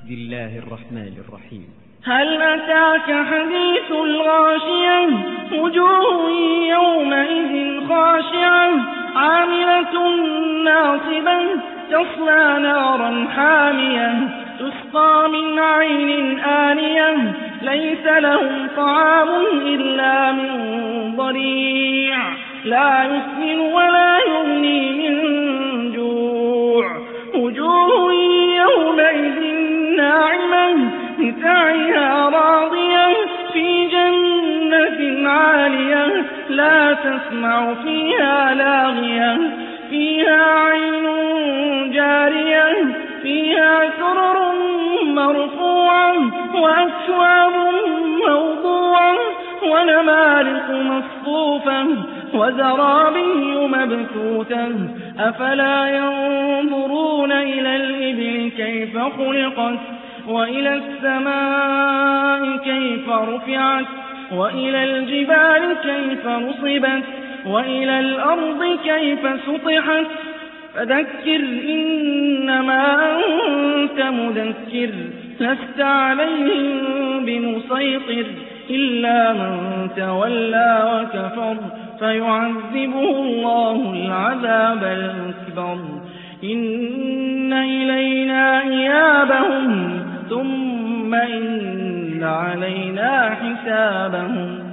بسم الله الرحمن الرحيم. هل أتاك حديث الغاشية وجوه يومئذ خاشعة عاملة ناصبة تصلى نارا حامية تسقى من عين آنية ليس لهم طعام إلا من ضريع لا يسمن ولا يغني من جوع وجوه يومئذ ناعمة لسعيها راضية في جنة عالية لا تسمع فيها لاغية فيها عين جارية فيها سرر مرفوعة وأكواب موضوعة ونمارق مصفوفة وزرابي مبثوثة أفلا ينظرون إلى الإبل كيف خلقت وإلى السماء كيف رفعت وإلى الجبال كيف نصبت وإلى الأرض كيف سطحت فذكر إنما أنت مذكر لست عليهم بمسيطر إلا من تولى وكفر فيعذبه الله العذاب الأكبر إن إلينا إيابهم ثم إن علينا حسابهم